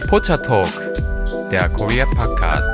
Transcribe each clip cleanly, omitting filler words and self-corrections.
Pocha Talk, der Korea Podcast.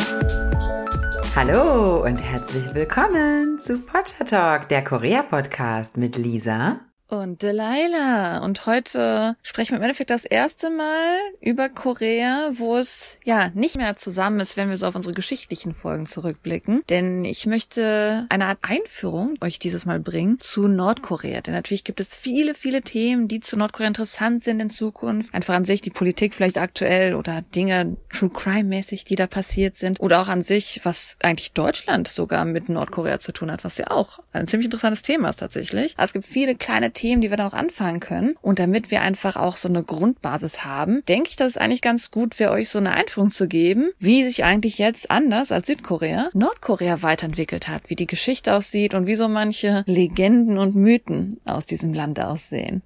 Hallo und herzlich willkommen zu Pocha Talk, der Korea Podcast mit Lisa und Delilah. Und heute sprechen wir im Endeffekt das erste Mal über Korea, wo es ja nicht mehr zusammen ist, wenn wir so auf unsere geschichtlichen Folgen zurückblicken. Denn ich möchte eine Art Einführung euch dieses Mal bringen zu Nordkorea. Denn natürlich gibt es viele, viele Themen, die zu Nordkorea interessant sind in Zukunft. Einfach an sich die Politik vielleicht aktuell oder Dinge True Crime-mäßig, die da passiert sind. Oder auch an sich, was eigentlich Deutschland sogar mit Nordkorea zu tun hat, was ja auch ein ziemlich interessantes Thema ist tatsächlich. Aber es gibt viele kleine Themen, die wir da auch anfangen können. Und damit wir einfach auch so eine Grundbasis haben, denke ich, dass es eigentlich ganz gut wäre, euch so eine Einführung zu geben, wie sich eigentlich jetzt anders als Südkorea Nordkorea weiterentwickelt hat, wie die Geschichte aussieht und wie so manche Legenden und Mythen aus diesem Land aussehen.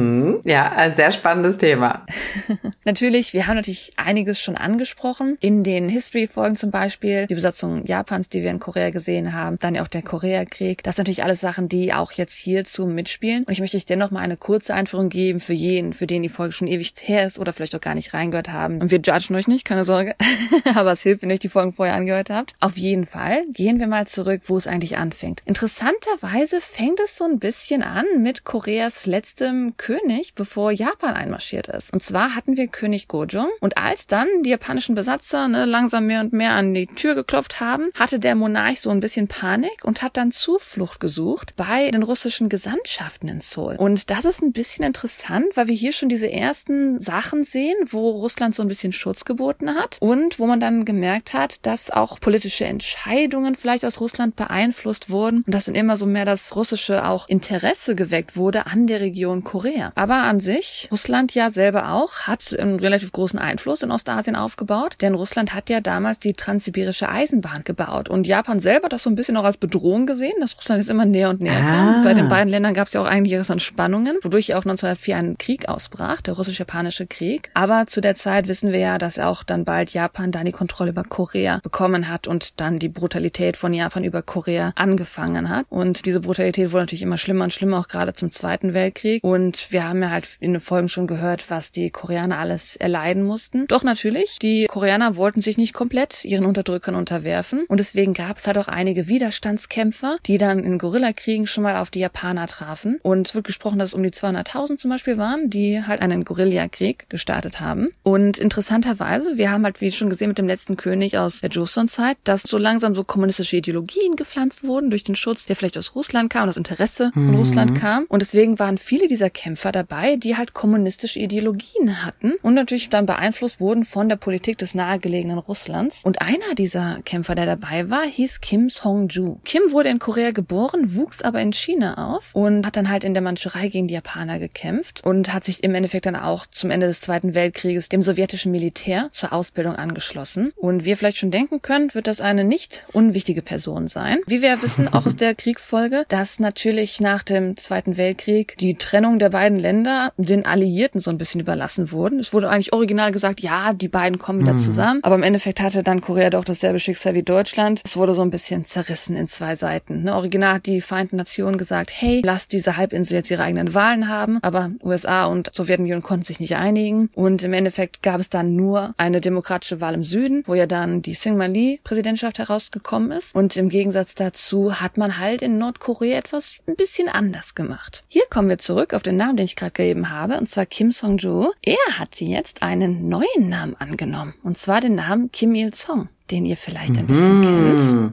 Ja, ein sehr spannendes Thema. Natürlich, wir haben natürlich einiges schon angesprochen. In den History-Folgen zum Beispiel, die Besatzung Japans, die wir in Korea gesehen haben, dann ja auch der Koreakrieg. Das sind natürlich alles Sachen, die auch jetzt hierzu mitspielen. Und ich möchte euch dennoch mal eine kurze Einführung geben für jeden, für den die Folge schon ewig her ist oder vielleicht auch gar nicht reingehört haben. Und wir judgen euch nicht, keine Sorge. Aber es hilft, wenn ihr euch die Folgen vorher angehört habt. Auf jeden Fall gehen wir mal zurück, wo es eigentlich anfängt. Interessanterweise fängt es so ein bisschen an mit Koreas letztem König, bevor Japan einmarschiert ist. Und zwar hatten wir König Gojong und als dann die japanischen Besatzer langsam mehr und mehr an die Tür geklopft haben, hatte der Monarch so ein bisschen Panik und hat dann Zuflucht gesucht bei den russischen Gesandtschaften in Seoul. Und das ist ein bisschen interessant, weil wir hier schon diese ersten Sachen sehen, wo Russland so ein bisschen Schutz geboten hat und wo man dann gemerkt hat, dass auch politische Entscheidungen vielleicht aus Russland beeinflusst wurden und dass dann immer so mehr das russische auch Interesse geweckt wurde an der Region Korea. Aber an sich, Russland ja selber auch, hat einen relativ großen Einfluss in Ostasien aufgebaut, denn Russland hat ja damals die transsibirische Eisenbahn gebaut und Japan selber hat das so ein bisschen auch als Bedrohung gesehen, dass Russland jetzt immer näher und näher kam. Bei den beiden Ländern gab es ja auch eigentlich erst Spannungen, wodurch ja auch 1904 ein Krieg ausbrach, der russisch-japanische Krieg. Aber zu der Zeit wissen wir ja, dass auch dann bald Japan dann die Kontrolle über Korea bekommen hat und dann die Brutalität von Japan über Korea angefangen hat. Und diese Brutalität wurde natürlich immer schlimmer und schlimmer, auch gerade zum Zweiten Weltkrieg. Und wir haben ja halt in den Folgen schon gehört, was die Koreaner alles erleiden mussten. Doch natürlich, die Koreaner wollten sich nicht komplett ihren Unterdrückern unterwerfen. Und deswegen gab es halt auch einige Widerstandskämpfer, die dann in Guerillakriegen schon mal auf die Japaner trafen. Und es wird gesprochen, dass es um die 200.000 zum Beispiel waren, die halt einen Guerillakrieg gestartet haben. Und interessanterweise, wir haben halt, wie schon gesehen, mit dem letzten König aus der Joseon-Zeit, dass so langsam so kommunistische Ideologien gepflanzt wurden durch den Schutz, der vielleicht aus Russland kam, das Interesse von Russland kam. Und deswegen waren viele dieser Kämpfer dabei, die halt kommunistische Ideologien hatten und natürlich dann beeinflusst wurden von der Politik des nahegelegenen Russlands. Und einer dieser Kämpfer, der dabei war, hieß Kim Song-ju. Kim wurde in Korea geboren, wuchs aber in China auf und hat dann halt in der Mandschurei gegen die Japaner gekämpft und hat sich im Endeffekt dann auch zum Ende des Zweiten Weltkrieges dem sowjetischen Militär zur Ausbildung angeschlossen. Und wie ihr vielleicht schon denken könnt, wird das eine nicht unwichtige Person sein. Wie wir ja wissen, auch aus der Kriegsfolge, dass natürlich nach dem Zweiten Weltkrieg die Trennung der beiden Länder den Alliierten so ein bisschen überlassen wurden. Es wurde eigentlich original gesagt, ja, die beiden kommen wieder zusammen. Aber im Endeffekt hatte dann Korea doch dasselbe Schicksal wie Deutschland. Es wurde so ein bisschen zerrissen in zwei Seiten. Original hat die Vereinten Nationen gesagt, hey, lasst diese Halbinsel jetzt ihre eigenen Wahlen haben. Aber USA und Sowjetunion konnten sich nicht einigen. Und im Endeffekt gab es dann nur eine demokratische Wahl im Süden, wo ja dann die Syngman-Rhee-Präsidentschaft herausgekommen ist. Und im Gegensatz dazu hat man halt in Nordkorea etwas ein bisschen anders gemacht. Hier kommen wir zurück auf den Namen, den ich gerade gegeben habe, und zwar Kim Song-ju. Er hat jetzt einen neuen Namen angenommen, und zwar den Namen Kim Il-sung, den ihr vielleicht ein bisschen kennt.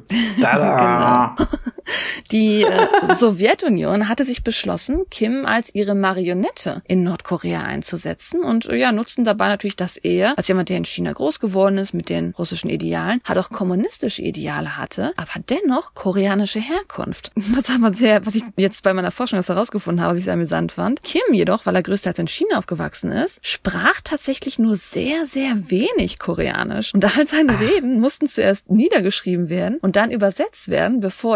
Genau. Die Sowjetunion hatte sich beschlossen, Kim als ihre Marionette in Nordkorea einzusetzen und ja, nutzten dabei natürlich, dass er, als jemand, der in China groß geworden ist, mit den russischen Idealen, halt auch kommunistische Ideale hatte, aber dennoch koreanische Herkunft. Was ich jetzt bei meiner Forschung erst herausgefunden habe, was ich sehr amüsant fand. Kim jedoch, weil er größtenteils in China aufgewachsen ist, sprach tatsächlich nur sehr, sehr wenig Koreanisch. Und all seine Reden mussten zuerst niedergeschrieben werden und dann übersetzt werden, bevor er sie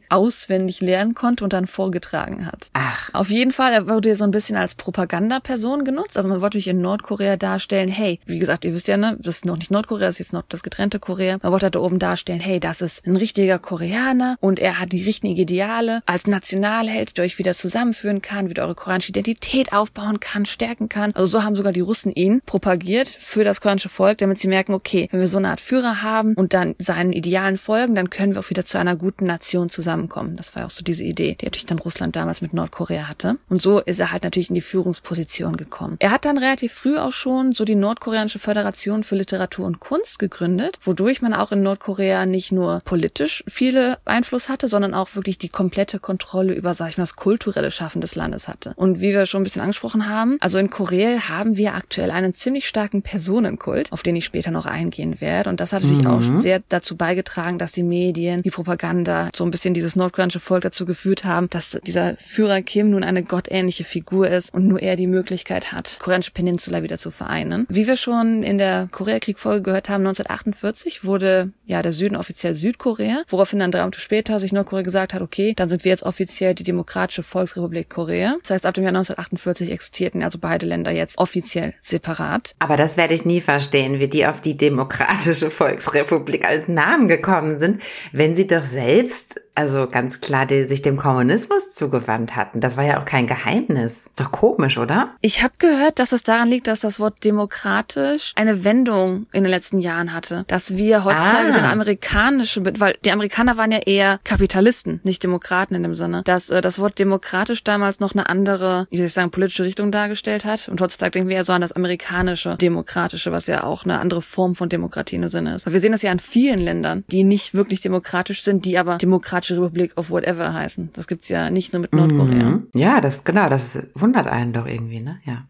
die auswendig lernen konnte und dann vorgetragen hat. Ach. Auf jeden Fall, er wurde so ein bisschen als Propagandaperson genutzt. Also man wollte natürlich in Nordkorea darstellen, hey, wie gesagt, ihr wisst ja, ne, das ist noch nicht Nordkorea, das ist jetzt noch das getrennte Korea. Man wollte da oben darstellen, hey, das ist ein richtiger Koreaner und er hat die richtigen Ideale als Nationalheld, der euch wieder zusammenführen kann, wieder eure koreanische Identität aufbauen kann, stärken kann. Also so haben sogar die Russen ihn propagiert für das koreanische Volk, damit sie merken, okay, wenn wir so eine Art Führer haben und dann seinen Idealen folgen, dann können wir auch wieder zu einer guten Nation zusammenkommen. Das war ja auch so diese Idee, die natürlich dann Russland damals mit Nordkorea hatte. Und so ist er halt natürlich in die Führungsposition gekommen. Er hat dann relativ früh auch schon so die Nordkoreanische Föderation für Literatur und Kunst gegründet, wodurch man auch in Nordkorea nicht nur politisch viele Einfluss hatte, sondern auch wirklich die komplette Kontrolle über, sag ich mal, das kulturelle Schaffen des Landes hatte. Und wie wir schon ein bisschen angesprochen haben, also in Korea haben wir aktuell einen ziemlich starken Personenkult, auf den ich später noch eingehen werde. Und das hat natürlich auch schon sehr dazu beigetragen, dass die Medien, die Propaganda so ein bisschen dieses nordkoreanische Volk dazu geführt haben, dass dieser Führer Kim nun eine gottähnliche Figur ist und nur er die Möglichkeit hat, die koreanische Peninsula wieder zu vereinen. Wie wir schon in der Koreakrieg-Folge gehört haben, 1948 wurde ja der Süden offiziell Südkorea, woraufhin dann 3 Monate später sich Nordkorea gesagt hat, okay, dann sind wir jetzt offiziell die Demokratische Volksrepublik Korea. Das heißt, ab dem Jahr 1948 existierten also beide Länder jetzt offiziell separat. Aber das werde ich nie verstehen, wie die auf die Demokratische Volksrepublik als Namen gekommen sind, wenn sie doch selbst, also ganz klar, sich dem Kommunismus zugewandt hatten. Das war ja auch kein Geheimnis. Ist doch komisch, oder? Ich habe gehört, dass es daran liegt, dass das Wort demokratisch eine Wendung in den letzten Jahren hatte. Dass wir heutzutage den amerikanischen, weil die Amerikaner waren ja eher Kapitalisten, nicht Demokraten in dem Sinne, dass das Wort demokratisch damals noch eine andere, wie soll ich sagen, politische Richtung dargestellt hat. Und heutzutage denken wir eher so an das amerikanische Demokratische, was ja auch eine andere Form von Demokratie in dem Sinne ist. Weil wir sehen das ja in vielen Ländern, die nicht wirklich demokratisch sind, die aber Demokratische Republik of whatever heißen. Das gibt's ja nicht nur mit Nordkorea. Ja, das wundert einen doch irgendwie, ne? Ja.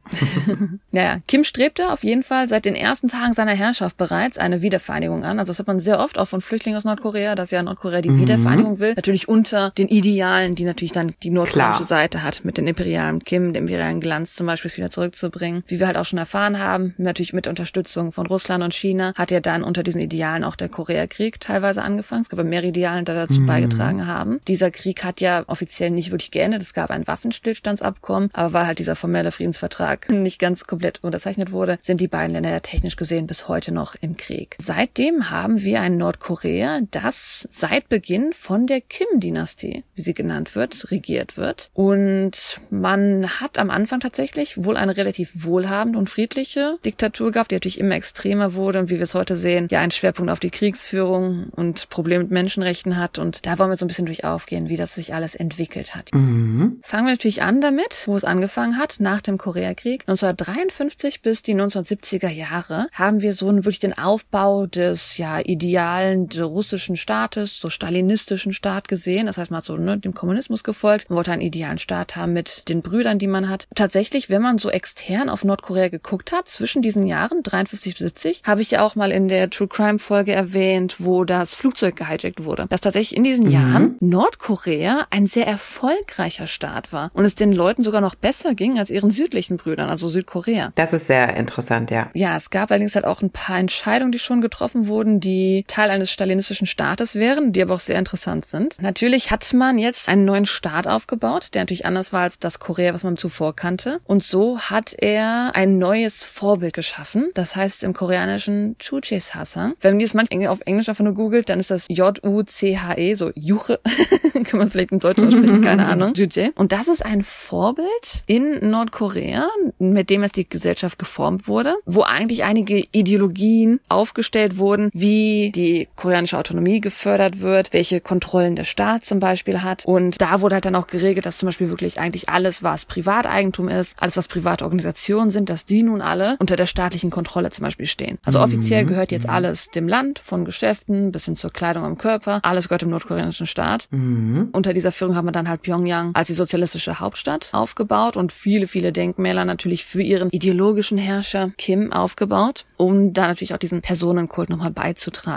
Ja, Kim strebte auf jeden Fall seit den ersten Tagen seiner Herrschaft bereits eine Wiedervereinigung an. Also das hört man sehr oft auch von Flüchtlingen aus Nordkorea, dass ja Nordkorea die Wiedervereinigung will. Natürlich unter den Idealen, die natürlich dann die nordkoreanische Seite hat, mit den imperialen Kim, dem imperialen Glanz zum Beispiel wieder zurückzubringen. Wie wir halt auch schon erfahren haben, natürlich mit Unterstützung von Russland und China, hat ja dann unter diesen Idealen auch der Koreakrieg teilweise angefangen. Es gab mehrere Idealen, die dazu beigetragen haben. Dieser Krieg hat ja offiziell nicht wirklich geendet. Es gab ein Waffenstillstandsabkommen, aber weil halt dieser formelle Friedensvertrag nicht ganz komplett unterzeichnet wurde, sind die beiden Länder ja technisch gesehen bis heute noch im Krieg. Seitdem haben wir ein Nordkorea, das seit Beginn von der Kim-Dynastie, wie sie genannt wird, regiert wird. Und man hat am Anfang tatsächlich wohl eine relativ wohlhabende und friedliche Diktatur gehabt, die natürlich immer extremer wurde und wie wir es heute sehen, ja einen Schwerpunkt auf die Kriegsführung und Probleme mit Menschenrechten hat. Und da wollen wir so ein bisschen durch aufgehen, wie das sich alles entwickelt hat. Fangen wir natürlich an damit, wo es angefangen hat, nach dem Koreakrieg. 1953 bis die 1970er Jahre haben wir so wirklich den Aufbau des Idealen des russischen Staates, so stalinistischen Staat gesehen. Das heißt, man hat so dem Kommunismus gefolgt. Man wollte einen idealen Staat haben mit den Brüdern, die man hat. Tatsächlich, wenn man so extern auf Nordkorea geguckt hat, zwischen diesen Jahren, 53 bis 70, habe ich ja auch mal in der True Crime Folge erwähnt, wo das Flugzeug gehijackt wurde. Dass tatsächlich in diesen Jahren Nordkorea ein sehr erfolgreicher Staat war und es den Leuten sogar noch besser ging als ihren südlichen Brüdern, also Südkorea. Das ist sehr interessant, ja. Ja, es gab allerdings halt auch ein paar Entscheidungen, die schon getroffen wurden, die Teil eines stalinistischen Staates wären, die aber auch sehr interessant sind. Natürlich hat man jetzt einen neuen Staat aufgebaut, der natürlich anders war als das Korea, was man zuvor kannte. Und so hat er ein neues Vorbild geschaffen. Das heißt im Koreanischen Juche-Sasang. Wenn man das manchmal auf Englisch einfach nur googelt, dann ist das Juche, so Juche. Kann man vielleicht im Deutschen aussprechen, keine Ahnung. Juche. Und das ist ein Vorbild in Nordkorea, mit dem jetzt die Gesellschaft geformt wurde, wo eigentlich einige Ideologien aufgestellt wurden, wie die koreanische Autonomie gefördert wird, welche Kontrollen der Staat zum Beispiel hat. Und da wurde halt dann auch geregelt, dass zum Beispiel wirklich eigentlich alles, was Privateigentum ist, alles, was private Organisationen sind, dass die nun alle unter der staatlichen Kontrolle zum Beispiel stehen. Also offiziell gehört jetzt alles dem Land, von Geschäften bis hin zur Kleidung am Körper. Alles gehört dem nordkoreanischen Staat. Unter dieser Führung haben wir dann halt Pyongyang als die sozialistische Hauptstadt aufgebaut und viele, viele Denkmäler natürlich für ihren ideologischen Herrscher Kim aufgebaut, um da natürlich auch diesen Personenkult nochmal beizutragen.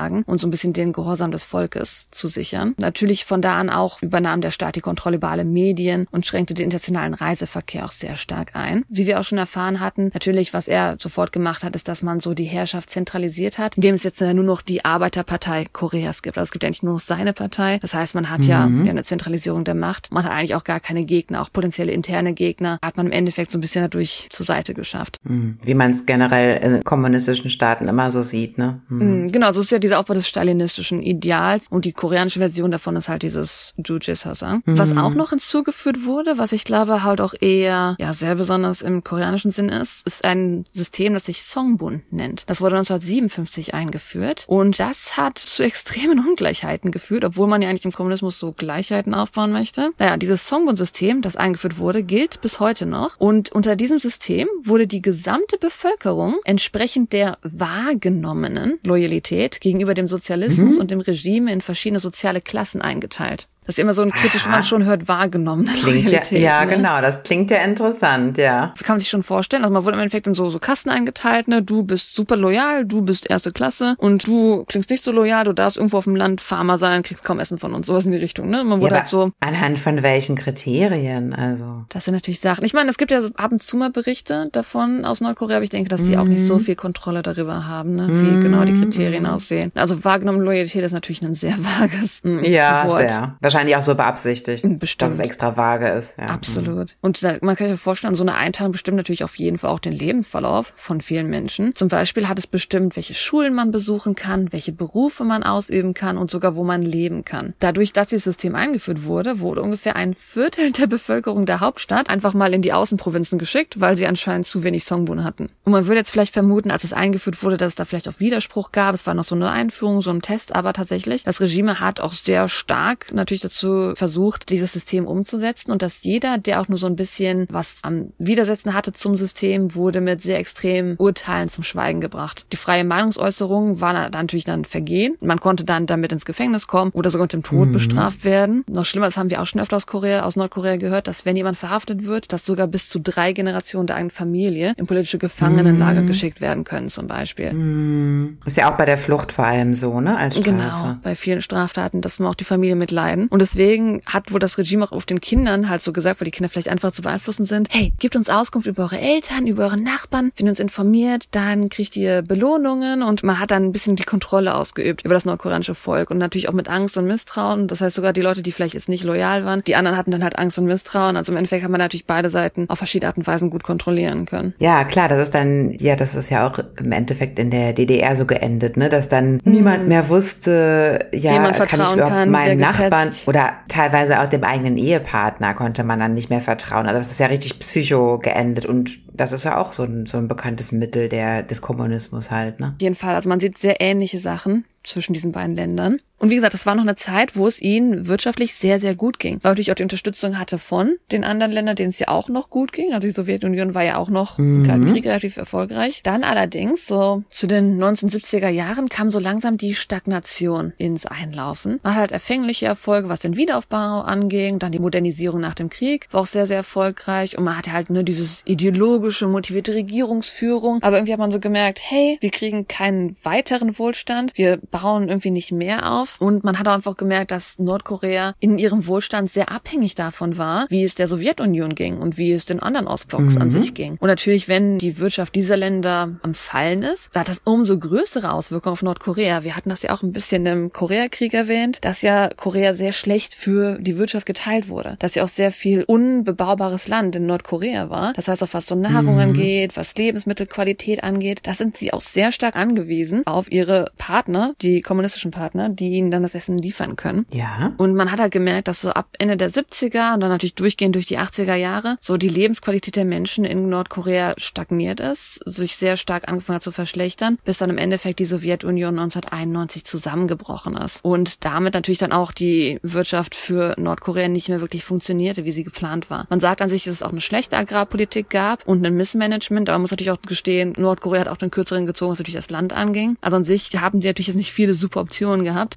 tragen und so ein bisschen den Gehorsam des Volkes zu sichern. Natürlich von da an auch übernahm der Staat die Kontrolle über alle Medien und schränkte den internationalen Reiseverkehr auch sehr stark ein. Wie wir auch schon erfahren hatten, natürlich, was er sofort gemacht hat, ist, dass man so die Herrschaft zentralisiert hat, indem es jetzt nur noch die Arbeiterpartei Koreas gibt. Also es gibt ja eigentlich nur noch seine Partei. Das heißt, man hat ja eine Zentralisierung der Macht. Man hat eigentlich auch gar keine Gegner, auch potenzielle interne Gegner hat man im Endeffekt so ein bisschen dadurch zur Seite geschafft. Wie man es generell in kommunistischen Staaten immer so sieht, ne? Genau, so ist ja dieser Aufbau des stalinistischen Ideals und die koreanische Version davon ist halt dieses Jujisasang. Was auch noch hinzugeführt wurde, was ich glaube halt auch eher sehr besonders im koreanischen Sinn ist ein System, das sich Songbun nennt. Das wurde 1957 eingeführt und das hat zu extremen Ungleichheiten geführt, obwohl man ja eigentlich im Kommunismus so Gleichheiten aufbauen möchte. Naja, dieses Songbun-System, das eingeführt wurde, gilt bis heute noch und unter diesem System wurde die gesamte Bevölkerung entsprechend der wahrgenommenen Loyalität gegenüber dem Sozialismus und dem Regime in verschiedene soziale Klassen eingeteilt. Das ist immer so ein kritisch, wenn man schon hört, wahrgenommen. Klingt ja, genau, das klingt ja interessant, ja. Kann man sich schon vorstellen. Also man wurde im Endeffekt in so Kasten eingeteilt, ne? Du bist super loyal, du bist erste Klasse und du klingst nicht so loyal, du darfst irgendwo auf dem Land Farmer sein, kriegst kaum Essen von uns, sowas in die Richtung, ne? Man wurde halt so. Anhand von welchen Kriterien, also? Das sind natürlich Sachen. Ich meine, es gibt ja so ab und zu mal Berichte davon aus Nordkorea, aber ich denke, dass die auch nicht so viel Kontrolle darüber haben, ne? Wie genau die Kriterien aussehen. Also wahrgenommene Loyalität ist natürlich ein sehr vages Wort. Sehr. Wahrscheinlich auch so beabsichtigt, bestimmt, dass es extra vage ist. Ja. Absolut. Und man kann sich vorstellen, so eine Einteilung bestimmt natürlich auf jeden Fall auch den Lebensverlauf von vielen Menschen. Zum Beispiel hat es bestimmt, welche Schulen man besuchen kann, welche Berufe man ausüben kann und sogar, wo man leben kann. Dadurch, dass dieses System eingeführt wurde, wurde ungefähr 1/4 der Bevölkerung der Hauptstadt einfach mal in die Außenprovinzen geschickt, weil sie anscheinend zu wenig Songbun hatten. Und man würde jetzt vielleicht vermuten, als es eingeführt wurde, dass es da vielleicht auch Widerspruch gab. Es war noch so eine Einführung, so ein Test, aber tatsächlich, das Regime hat auch sehr stark natürlich dazu versucht, dieses System umzusetzen und dass jeder, der auch nur so ein bisschen was am Widersetzen hatte zum System, wurde mit sehr extremen Urteilen zum Schweigen gebracht. Die freie Meinungsäußerung war natürlich dann Vergehen. Man konnte dann damit ins Gefängnis kommen oder sogar mit dem Tod bestraft werden. Noch schlimmer, das haben wir auch schon öfter aus Nordkorea gehört, dass wenn jemand verhaftet wird, dass sogar bis zu 3 Generationen der eigenen Familie in politische Gefangenenlager geschickt werden können zum Beispiel. Ist ja auch bei der Flucht vor allem so, ne, als Strafe. Genau, bei vielen Straftaten, dass man auch die Familie mitleiden. Und deswegen hat wohl das Regime auch auf den Kindern halt so gesagt, weil die Kinder vielleicht einfach zu beeinflussen sind, hey, gebt uns Auskunft über eure Eltern, über eure Nachbarn, wenn ihr uns informiert, dann kriegt ihr Belohnungen und man hat dann ein bisschen die Kontrolle ausgeübt über das nordkoreanische Volk und natürlich auch mit Angst und Misstrauen. Das heißt sogar die Leute, die vielleicht jetzt nicht loyal waren, die anderen hatten dann halt Angst und Misstrauen. Also im Endeffekt hat man natürlich beide Seiten auf verschiedene Arten und Weisen gut kontrollieren können. Ja, klar, das ist ja auch im Endeffekt in der DDR so geendet, ne, dass dann niemand mehr wusste, kann ich überhaupt meinen Nachbarn oder teilweise auch dem eigenen Ehepartner konnte man dann nicht mehr vertrauen. Also das ist ja richtig psycho geendet und das ist ja auch so ein bekanntes Mittel des Kommunismus halt, ne? Auf jeden Fall, also man sieht sehr ähnliche Sachen zwischen diesen beiden Ländern. Und wie gesagt, das war noch eine Zeit, wo es ihnen wirtschaftlich sehr, sehr gut ging. Weil natürlich auch die Unterstützung hatte von den anderen Ländern, denen es ja auch noch gut ging. Also die Sowjetunion war ja auch noch im Kalten Krieg relativ erfolgreich. Dann allerdings, so zu den 1970er Jahren, kam so langsam die Stagnation ins Einlaufen. Man hat halt erfängliche Erfolge, was den Wiederaufbau anging. Dann die Modernisierung nach dem Krieg war auch sehr, sehr erfolgreich. Und man hatte halt dieses ideologische, motivierte Regierungsführung. Aber irgendwie hat man so gemerkt, hey, wir kriegen keinen weiteren Wohlstand. Wir bauen irgendwie nicht mehr auf. Und man hat auch einfach gemerkt, dass Nordkorea in ihrem Wohlstand sehr abhängig davon war, wie es der Sowjetunion ging und wie es den anderen Ostblocks an sich ging. Und natürlich, wenn die Wirtschaft dieser Länder am Fallen ist, da hat das umso größere Auswirkungen auf Nordkorea. Wir hatten das ja auch ein bisschen im Koreakrieg erwähnt, dass ja Korea sehr schlecht für die Wirtschaft geteilt wurde. Dass ja auch sehr viel unbebaubares Land in Nordkorea war. Das heißt, auch was so Nahrung angeht, was Lebensmittelqualität angeht, da sind sie auch sehr stark angewiesen auf ihre Partner, die kommunistischen Partner, die ihnen dann das Essen liefern können. Ja. Und man hat halt gemerkt, dass so ab Ende der 70er und dann natürlich durchgehend durch die 80er Jahre so die Lebensqualität der Menschen in Nordkorea stagniert ist, sich sehr stark angefangen hat zu verschlechtern, bis dann im Endeffekt die Sowjetunion 1991 zusammengebrochen ist. Und damit natürlich dann auch die Wirtschaft für Nordkorea nicht mehr wirklich funktionierte, wie sie geplant war. Man sagt an sich, dass es auch eine schlechte Agrarpolitik gab und ein Missmanagement, aber man muss natürlich auch gestehen, Nordkorea hat auch den Kürzeren gezogen, was natürlich das Land anging. Also an sich haben die natürlich jetzt nicht viele super Optionen gehabt,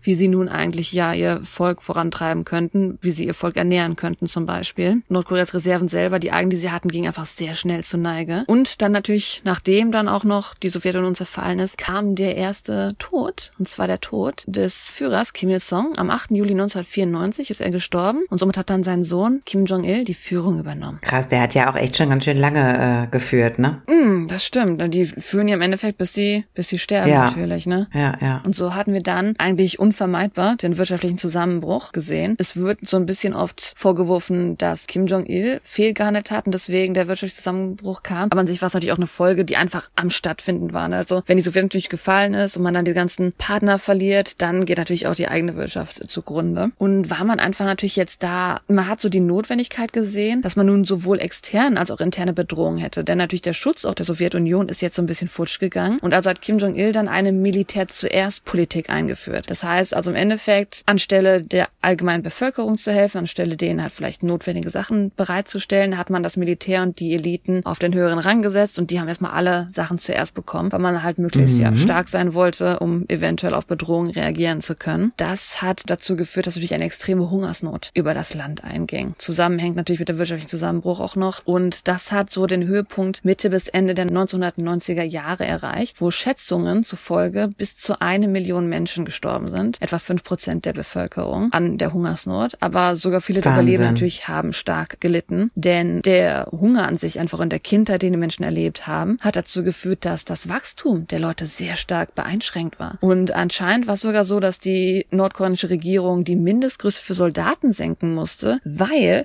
wie sie nun eigentlich ja ihr Volk vorantreiben könnten, wie sie ihr Volk ernähren könnten zum Beispiel. Nordkoreas Reserven selber, die eigenen, die sie hatten, gingen einfach sehr schnell zur Neige. Und dann natürlich, nachdem dann auch noch die Sowjetunion zerfallen ist, kam der erste Tod, und zwar der Tod des Führers Kim Il-sung. Am 8. Juli 1994 ist er gestorben und somit hat dann sein Sohn Kim Jong-il die Führung übernommen. Krass, der hat ja auch echt schon ganz schön lange geführt, ne? Das stimmt. Die führen ja im Endeffekt, bis sie sterben natürlich, ne? Ja. Und so hatten wir dann eigentlich unvermeidbar den wirtschaftlichen Zusammenbruch gesehen. Es wird so ein bisschen oft vorgeworfen, dass Kim Jong-il fehlgehandelt hat und deswegen der wirtschaftliche Zusammenbruch kam. Aber an sich war es natürlich auch eine Folge, die einfach am Stattfinden war. Also wenn die Sowjetunion natürlich gefallen ist und man dann die ganzen Partner verliert, dann geht natürlich auch die eigene Wirtschaft zugrunde. Und war man einfach natürlich jetzt da, man hat so die Notwendigkeit gesehen, dass man nun sowohl externe als auch interne Bedrohungen hätte. Denn natürlich der Schutz auch der Sowjetunion ist jetzt so ein bisschen futsch gegangen. Und also hat Kim Jong-il dann eine Militär-zuerst-Politik eingeführt. Das heißt also im Endeffekt, anstelle der allgemeinen Bevölkerung zu helfen, anstelle denen halt vielleicht notwendige Sachen bereitzustellen, hat man das Militär und die Eliten auf den höheren Rang gesetzt und die haben erstmal alle Sachen zuerst bekommen, weil man halt möglichst stark sein wollte, um eventuell auf Bedrohungen reagieren zu können. Das hat dazu geführt, dass natürlich eine extreme Hungersnot über das Land einging. Zusammenhängt natürlich mit dem wirtschaftlichen Zusammenbruch auch noch und das hat so den Höhepunkt Mitte bis Ende der 1990er Jahre erreicht, wo Schätzungen zufolge bis zu 1 Million Menschen gestorben sind, etwa 5% der Bevölkerung an der Hungersnot, aber sogar viele der Überlebenden natürlich haben stark gelitten, denn der Hunger an sich einfach in der Kindheit, den die Menschen erlebt haben, hat dazu geführt, dass das Wachstum der Leute sehr stark beeinschränkt war. Und anscheinend war es sogar so, dass die nordkoreanische Regierung die Mindestgröße für Soldaten senken musste, weil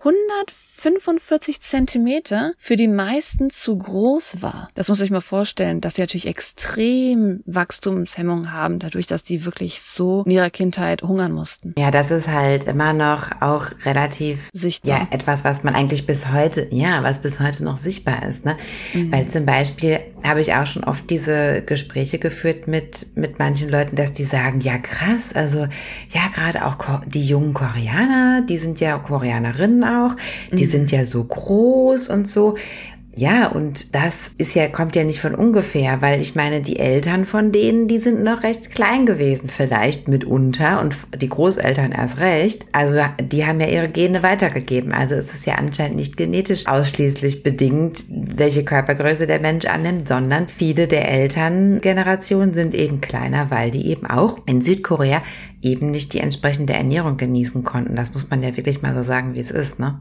145 Zentimeter für die meisten zu groß war. Das muss ich mal vorstellen, dass sie natürlich extrem Wachstumshemmungen haben, dadurch, dass die wirklich so in ihrer Kindheit hungern mussten. Ja, das ist halt immer noch auch relativ sichtbar. Ja, etwas, was man eigentlich bis heute noch sichtbar ist, ne? Weil zum Beispiel habe ich auch schon oft diese Gespräche geführt mit manchen Leuten, dass die sagen, ja krass, also ja, gerade auch die jungen Koreaner, die sind ja Koreanerinnen auch, die sind ja so groß und so. Ja, und das kommt ja nicht von ungefähr, weil ich meine, die Eltern von denen, die sind noch recht klein gewesen, vielleicht mitunter und die Großeltern erst recht. Also die haben ja ihre Gene weitergegeben. Also es ist ja anscheinend nicht genetisch ausschließlich bedingt, welche Körpergröße der Mensch annimmt, sondern viele der Elterngenerationen sind eben kleiner, weil die eben auch in Südkorea eben nicht die entsprechende Ernährung genießen konnten. Das muss man ja wirklich mal so sagen, wie es ist, ne?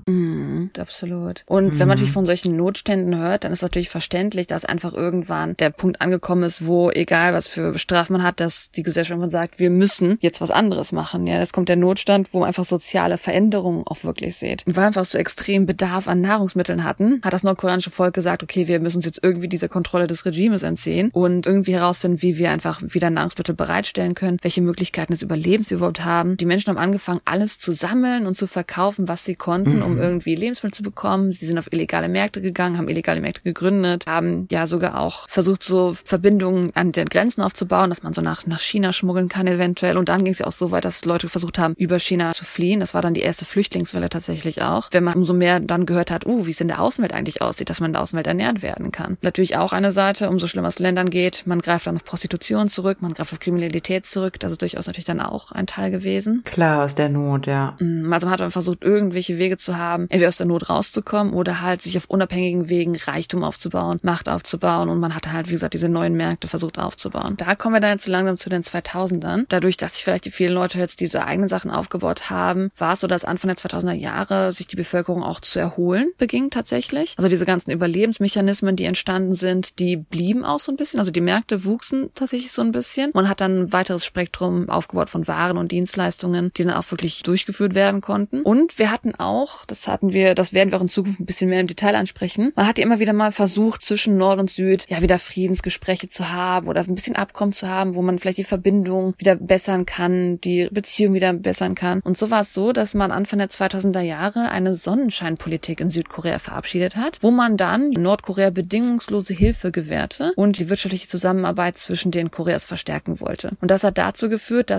Absolut. Und wenn man natürlich von solchen Notständen hört, dann ist natürlich verständlich, dass einfach irgendwann der Punkt angekommen ist, wo, egal was für Strafen man hat, dass die Gesellschaft irgendwann sagt, wir müssen jetzt was anderes machen. Ja, jetzt kommt der Notstand, wo man einfach soziale Veränderungen auch wirklich sieht. Und weil wir einfach so extrem Bedarf an Nahrungsmitteln hatten, hat das nordkoreanische Volk gesagt, okay, wir müssen uns jetzt irgendwie dieser Kontrolle des Regimes entziehen und irgendwie herausfinden, wie wir einfach wieder Nahrungsmittel bereitstellen können, welche Möglichkeiten des Überlebens sie überhaupt haben. Die Menschen haben angefangen, alles zu sammeln und zu verkaufen, was sie konnten, um irgendwie Lebensmittel zu bekommen. Sie sind auf illegale Märkte gegangen, haben illegale Märkte gegründet, haben ja sogar auch versucht, so Verbindungen an den Grenzen aufzubauen, dass man so nach China schmuggeln kann eventuell. Und dann ging es ja auch so weit, dass Leute versucht haben, über China zu fliehen. Das war dann die erste Flüchtlingswelle tatsächlich auch. Wenn man umso mehr dann gehört hat, wie es in der Außenwelt eigentlich aussieht, dass man in der Außenwelt ernährt werden kann. Natürlich auch eine Seite, umso schlimmer es Ländern geht, man greift dann auf Prostitution zurück, man greift auf Kriminalität zurück. Das ist durchaus natürlich dann auch ein Teil gewesen. Klar, aus der Not, ja. Also man hat dann versucht, irgendwelche Wege zu haben, entweder aus der Not rauszukommen oder halt sich auf unabhängigen Wegen Reichtum aufzubauen, Macht aufzubauen und man hat halt, wie gesagt, diese neuen Märkte versucht aufzubauen. Da kommen wir dann jetzt so langsam zu den 2000ern. Dadurch, dass sich vielleicht die vielen Leute jetzt diese eigenen Sachen aufgebaut haben, war es so, dass Anfang der 2000er Jahre sich die Bevölkerung auch zu erholen beging tatsächlich. Also diese ganzen Überlebensmechanismen, die entstanden sind, die blieben auch so ein bisschen. Also die Märkte wuchsen tatsächlich so ein bisschen. Man hat dann ein weiteres Spektrum aufgebaut von Waren und Dienstleistungen, die dann auch wirklich durchgeführt werden konnten. Und wir hatten auch, das werden wir auch in Zukunft ein bisschen mehr im Detail ansprechen, man hat ja immer wieder mal versucht, zwischen Nord und Süd ja wieder Friedensgespräche zu haben oder ein bisschen Abkommen zu haben, wo man vielleicht die Verbindung wieder bessern kann, die Beziehung wieder bessern kann. Und so war es so, dass man Anfang der 2000er Jahre eine Sonnenscheinpolitik in Südkorea verabschiedet hat, wo man dann Nordkorea bedingungslose Hilfe gewährte und die wirtschaftliche Zusammenarbeit zwischen den Koreas verstärken wollte. Und das hat dazu geführt, dass man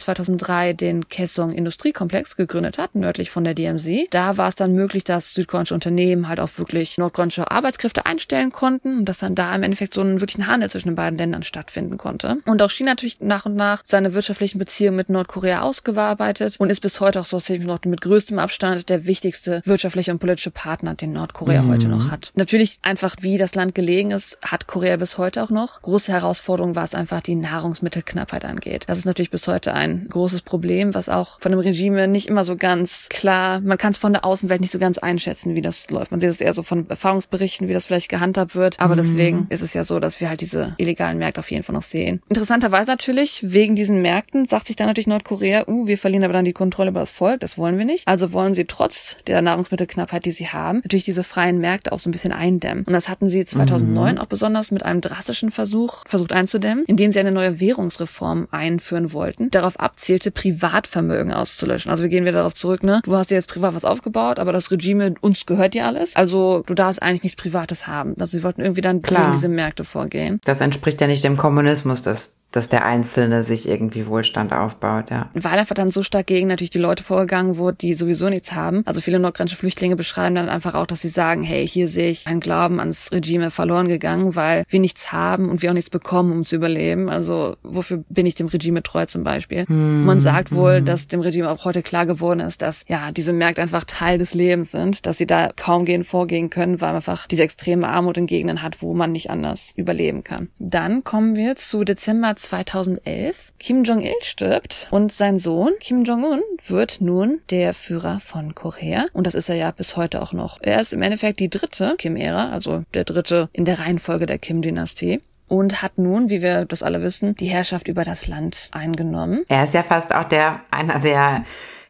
2003 den Kaesong Industriekomplex gegründet hat, nördlich von der DMZ, da war es dann möglich, dass südkoreanische Unternehmen halt auch wirklich nordkoreanische Arbeitskräfte einstellen konnten und dass dann da im Endeffekt so ein wirklichen Handel zwischen den beiden Ländern stattfinden konnte. Und auch China natürlich nach und nach seine wirtschaftlichen Beziehungen mit Nordkorea ausgearbeitet und ist bis heute auch so ziemlich noch mit größtem Abstand der wichtigste wirtschaftliche und politische Partner, den Nordkorea heute noch hat. Natürlich einfach, wie das Land gelegen ist, hat Korea bis heute auch noch. Große Herausforderung, was einfach die Nahrungsmittelknappheit angeht. Das ist natürlich bis heute ein großes Problem, was auch von dem Regime nicht immer so ganz klar, man kann es von der Außenwelt nicht so ganz einschätzen, wie das läuft. Man sieht es eher so von Erfahrungsberichten, wie das vielleicht gehandhabt wird, aber deswegen ist es ja so, dass wir halt diese illegalen Märkte auf jeden Fall noch sehen. Interessanterweise natürlich, wegen diesen Märkten sagt sich dann natürlich Nordkorea, wir verlieren aber dann die Kontrolle über das Volk, das wollen wir nicht. Also wollen sie trotz der Nahrungsmittelknappheit, die sie haben, natürlich diese freien Märkte auch so ein bisschen eindämmen. Und das hatten sie 2009 auch besonders mit einem drastischen versucht einzudämmen, indem sie eine neue Währungsreform einführen wollten, darauf abzielte, Privatvermögen auszulöschen. Also wir gehen wieder darauf zurück, ne? Du hast dir jetzt privat was aufgebaut, aber das Regime, uns gehört dir alles. Also du darfst eigentlich nichts Privates haben. Also sie wollten irgendwie dann gegen diese Märkte vorgehen. Das entspricht ja nicht dem Kommunismus, dass der Einzelne sich irgendwie Wohlstand aufbaut, ja. Weil einfach dann so stark gegen natürlich die Leute vorgegangen wurde, die sowieso nichts haben. Also viele nordkoreanische Flüchtlinge beschreiben dann einfach auch, dass sie sagen, hey, hier sehe ich einen Glauben ans Regime verloren gegangen, weil wir nichts haben und wir auch nichts bekommen, um zu überleben. Also wofür bin ich dem Regime treu zum Beispiel? Man sagt wohl, dass dem Regime auch heute klar geworden ist, dass ja diese Märkte einfach Teil des Lebens sind, dass sie da kaum vorgehen können, weil man einfach diese extreme Armut in Gegenden hat, wo man nicht anders überleben kann. Dann kommen wir zu Dezember 2011. Kim Jong-il stirbt und sein Sohn Kim Jong-un wird nun der Führer von Korea. Und das ist er ja bis heute auch noch. Er ist im Endeffekt die dritte Kim-Ära, also der dritte in der Reihenfolge der Kim-Dynastie. Und hat nun, wie wir das alle wissen, die Herrschaft über das Land eingenommen. Er ist ja fast auch einer der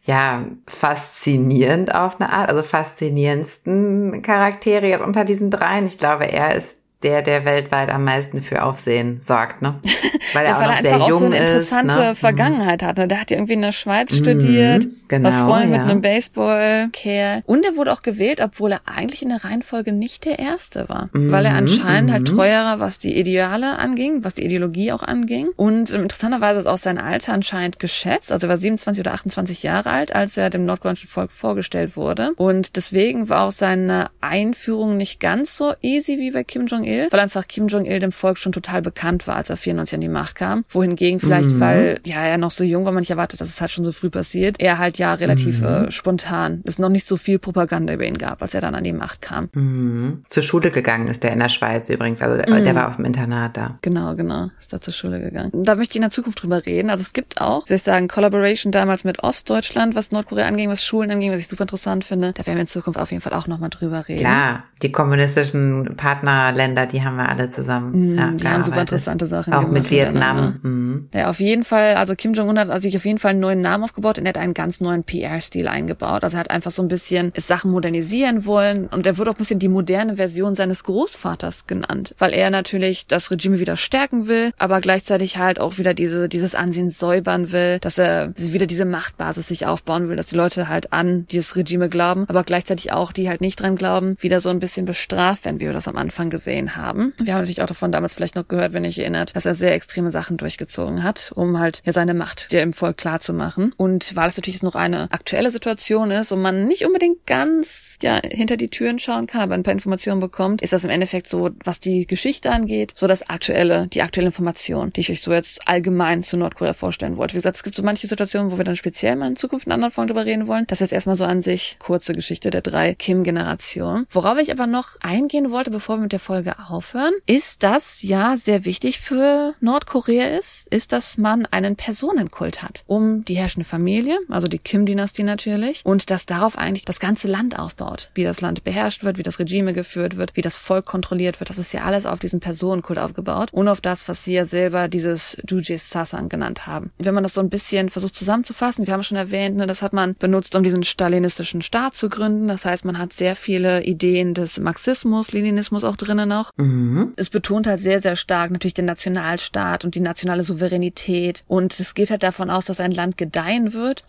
faszinierend auf eine Art, also faszinierendsten Charaktere unter diesen dreien. Ich glaube, er ist der weltweit am meisten für Aufsehen sorgt, ne? Weil er auch noch sehr jung ist. Weil er einfach auch so eine interessante Vergangenheit hat, ne? Der hat ja irgendwie in der Schweiz studiert, war Freund mit einem Baseball-Kerl. Und er wurde auch gewählt, obwohl er eigentlich in der Reihenfolge nicht der Erste war. Weil er anscheinend halt treuer, was die Ideale anging, was die Ideologie auch anging. Und interessanterweise ist auch sein Alter anscheinend geschätzt. Also er war 27 oder 28 Jahre alt, als er dem nordkoreanischen Volk vorgestellt wurde. Und deswegen war auch seine Einführung nicht ganz so easy wie bei Kim Jong-il, weil einfach Kim Jong-il dem Volk schon total bekannt war, als er 94 an die Macht kam. Wohingegen vielleicht, weil er noch so jung war, man nicht erwartet, dass es halt schon so früh passiert, er halt relativ spontan, es noch nicht so viel Propaganda über ihn gab, als er dann an die Macht kam. Zur Schule gegangen ist der in der Schweiz übrigens, also der war auf dem Internat da. Genau, ist da zur Schule gegangen. Und da möchte ich in der Zukunft drüber reden. Also es gibt auch, soll ich sagen, Collaboration damals mit Ostdeutschland, was Nordkorea anging, was Schulen anging, was ich super interessant finde. Da werden wir in Zukunft auf jeden Fall auch nochmal drüber reden. Klar, die kommunistischen Partnerländer, die haben wir alle zusammen die haben super interessante Sachen auch gemacht. Mit Vietnam. Ja, auf jeden Fall, also Kim Jong-un hat sich auf jeden Fall einen neuen Namen aufgebaut und er hat einen ganz neuen PR-Stil eingebaut. Also er hat einfach so ein bisschen Sachen modernisieren wollen und er wird auch ein bisschen die moderne Version seines Großvaters genannt, weil er natürlich das Regime wieder stärken will, aber gleichzeitig halt auch wieder dieses Ansehen säubern will, dass er wieder diese Machtbasis sich aufbauen will, dass die Leute halt an dieses Regime glauben, aber gleichzeitig auch, die halt nicht dran glauben, wieder so ein bisschen bestraft werden, wie wir das am Anfang gesehen haben. Wir haben natürlich auch davon damals vielleicht noch gehört, wenn ihr erinnert, dass er sehr extreme Sachen durchgezogen hat, um halt seine Macht dem Volk klar zu machen. Und weil es natürlich noch eine aktuelle Situation ist und man nicht unbedingt ganz hinter die Türen schauen kann, aber ein paar Informationen bekommt, ist das im Endeffekt so, was die Geschichte angeht, so die aktuelle Information, die ich euch so jetzt allgemein zu Nordkorea vorstellen wollte. Wie gesagt, es gibt so manche Situationen, wo wir dann speziell mal in Zukunft in anderen Folgen drüber reden wollen. Das ist jetzt erstmal so an sich kurze Geschichte der 3 Kim-Generation. Worauf ich aber noch eingehen wollte, bevor wir mit der Folge aufhören, ist, dass sehr wichtig für Nordkorea ist, dass man einen Personenkult hat um die herrschende Familie, also die Kim-Dynastie natürlich, und dass darauf eigentlich das ganze Land aufbaut. Wie das Land beherrscht wird, wie das Regime geführt wird, wie das Volk kontrolliert wird. Das ist ja alles auf diesen Personenkult aufgebaut und auf das, was sie ja selber dieses Jujee Sasang genannt haben. Wenn man das so ein bisschen versucht zusammenzufassen, wir haben schon erwähnt, das hat man benutzt, um diesen stalinistischen Staat zu gründen. Das heißt, man hat sehr viele Ideen des Marxismus, Leninismus auch drinnen noch. Es betont halt sehr, sehr stark natürlich den Nationalstaat und die nationale Souveränität. Und es geht halt davon aus, dass ein Land gedeihen wird, sobald es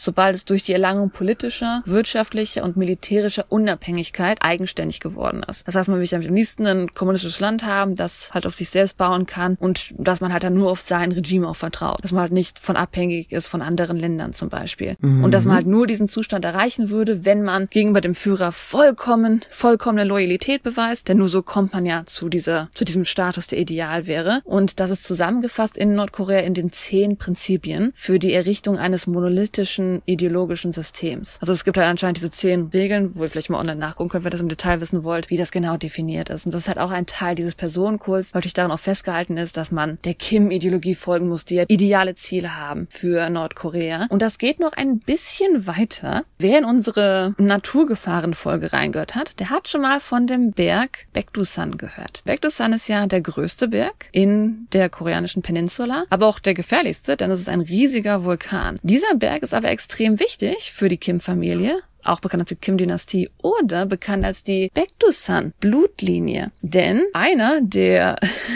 erst durch die Erlangung politischer, wirtschaftlicher und militärischer Unabhängigkeit eigenständig geworden ist. Das heißt, man will am liebsten ein kommunistisches Land haben, das halt auf sich selbst bauen kann und dass man halt dann nur auf sein Regime auch vertraut. Dass man halt nicht von abhängig ist von anderen Ländern zum Beispiel. Und dass man halt nur diesen Zustand erreichen würde, wenn man gegenüber dem Führer vollkommene Loyalität beweist, denn nur so kommt man ja zu diesem Status, der ideal wäre. Und das ist zusammengefasst in Nordkorea in den 10 Prinzipien für die Errichtung eines monolithischen ideologischen Systems. Also es gibt halt anscheinend diese 10 Regeln, wo ihr vielleicht mal online nachgucken könnt, wenn ihr das im Detail wissen wollt, wie das genau definiert ist. Und das ist halt auch ein Teil dieses Personenkults, weil natürlich daran auch festgehalten ist, dass man der Kim-Ideologie folgen muss, die ja ideale Ziele haben für Nordkorea. Und das geht noch ein bisschen weiter. Wer in unsere Naturgefahrenfolge reingehört hat, der hat schon mal von dem Berg Baekdusan gehört. Baekdusan ist ja der größte Berg in der koreanischen Peninsula, aber auch der gefährlichste, denn es ist ein riesiger Vulkan. Dieser Berg ist aber extrem wichtig für die Kim-Familie, auch bekannt als die Kim-Dynastie oder bekannt als die Baekdusan-Blutlinie. Denn einer der,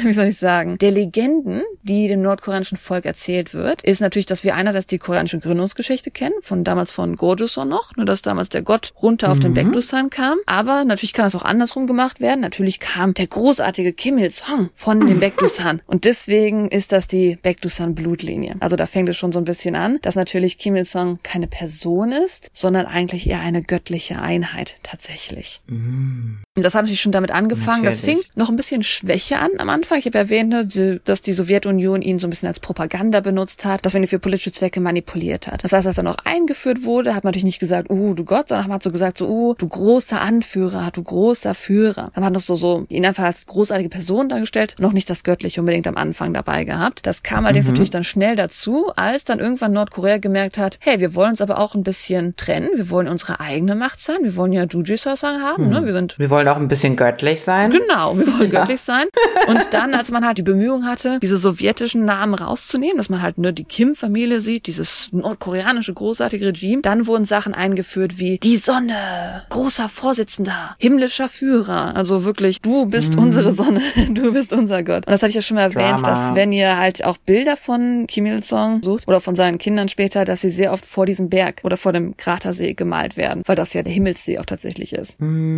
der Legenden, die dem nordkoreanischen Volk erzählt wird, ist natürlich, dass wir einerseits die koreanische Gründungsgeschichte kennen, damals von Gojoseon noch, nur dass damals der Gott runter auf den Baekdusan kam. Aber natürlich kann das auch andersrum gemacht werden. Natürlich kam der großartige Kim Il-sung von dem Baekdusan. Und deswegen ist das die Baekdusan-Blutlinie. Also da fängt es schon so ein bisschen an, dass natürlich Kim Il-sung keine Person ist, sondern eigentlich eher eine göttliche Einheit tatsächlich. Und das hat natürlich schon damit angefangen. Das fing noch ein bisschen schwächer an am Anfang. Ich habe erwähnt, dass die Sowjetunion ihn so ein bisschen als Propaganda benutzt hat, dass man ihn für politische Zwecke manipuliert hat. Das heißt, als er noch eingeführt wurde, hat man natürlich nicht gesagt, du Gott, sondern man hat so gesagt, du großer Anführer, du großer Führer. Dann hat man so ihn einfach als großartige Person dargestellt, noch nicht das Göttliche unbedingt am Anfang dabei gehabt. Das kam allerdings natürlich dann schnell dazu, als dann irgendwann Nordkorea gemerkt hat, hey, wir wollen uns aber auch ein bisschen trennen, wir wollen unsere eigene Macht sein, wir wollen ja Jujutsu-Sachen haben, ne? Wir wollen auch ein bisschen göttlich sein. Genau, wir wollen göttlich sein. Und dann, als man halt die Bemühung hatte, diese sowjetischen Namen rauszunehmen, dass man halt die Kim-Familie sieht, dieses nordkoreanische großartige Regime, dann wurden Sachen eingeführt wie die Sonne, großer Vorsitzender, himmlischer Führer, also wirklich, du bist unsere Sonne, du bist unser Gott. Und das hatte ich ja schon mal erwähnt, dass wenn ihr halt auch Bilder von Kim Il-sung sucht oder von seinen Kindern später, dass sie sehr oft vor diesem Berg oder vor dem Kratersee gemalt werden, weil das ja der Himmelssee auch tatsächlich ist.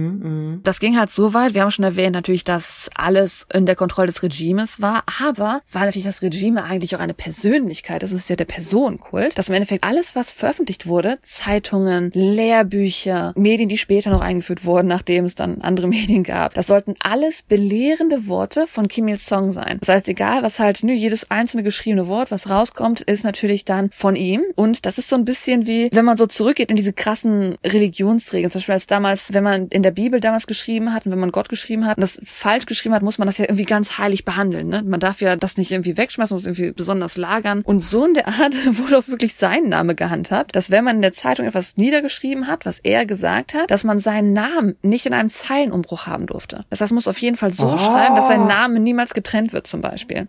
Das ging halt so weit, wir haben schon erwähnt natürlich, dass alles in der Kontrolle des Regimes war, aber war natürlich das Regime eigentlich auch eine Persönlichkeit, das ist ja der Personenkult, dass im Endeffekt alles, was veröffentlicht wurde, Zeitungen, Lehrbücher, Medien, die später noch eingeführt wurden, nachdem es dann andere Medien gab, das sollten alles belehrende Worte von Kim Il-sung sein. Das heißt, egal was halt, jedes einzelne geschriebene Wort, was rauskommt, ist natürlich dann von ihm und das ist so ein bisschen wie, wenn man so zurückgeht in diese krassen Religionsregeln, zum Beispiel als damals, wenn man in der Bibel damals geschrieben hat und wenn man Gott geschrieben hat und das falsch geschrieben hat, muss man das ja irgendwie ganz heilig behandeln, ne? Man darf ja das nicht irgendwie wegschmeißen, muss irgendwie besonders lagern und so in der Art wurde auch wirklich sein Name gehandhabt, dass wenn man in der Zeitung etwas niedergeschrieben hat, was er gesagt hat, dass man seinen Namen nicht in einem Zeilenumbruch haben durfte. Das heißt, man muss auf jeden Fall so schreiben, dass sein Name niemals getrennt wird zum Beispiel.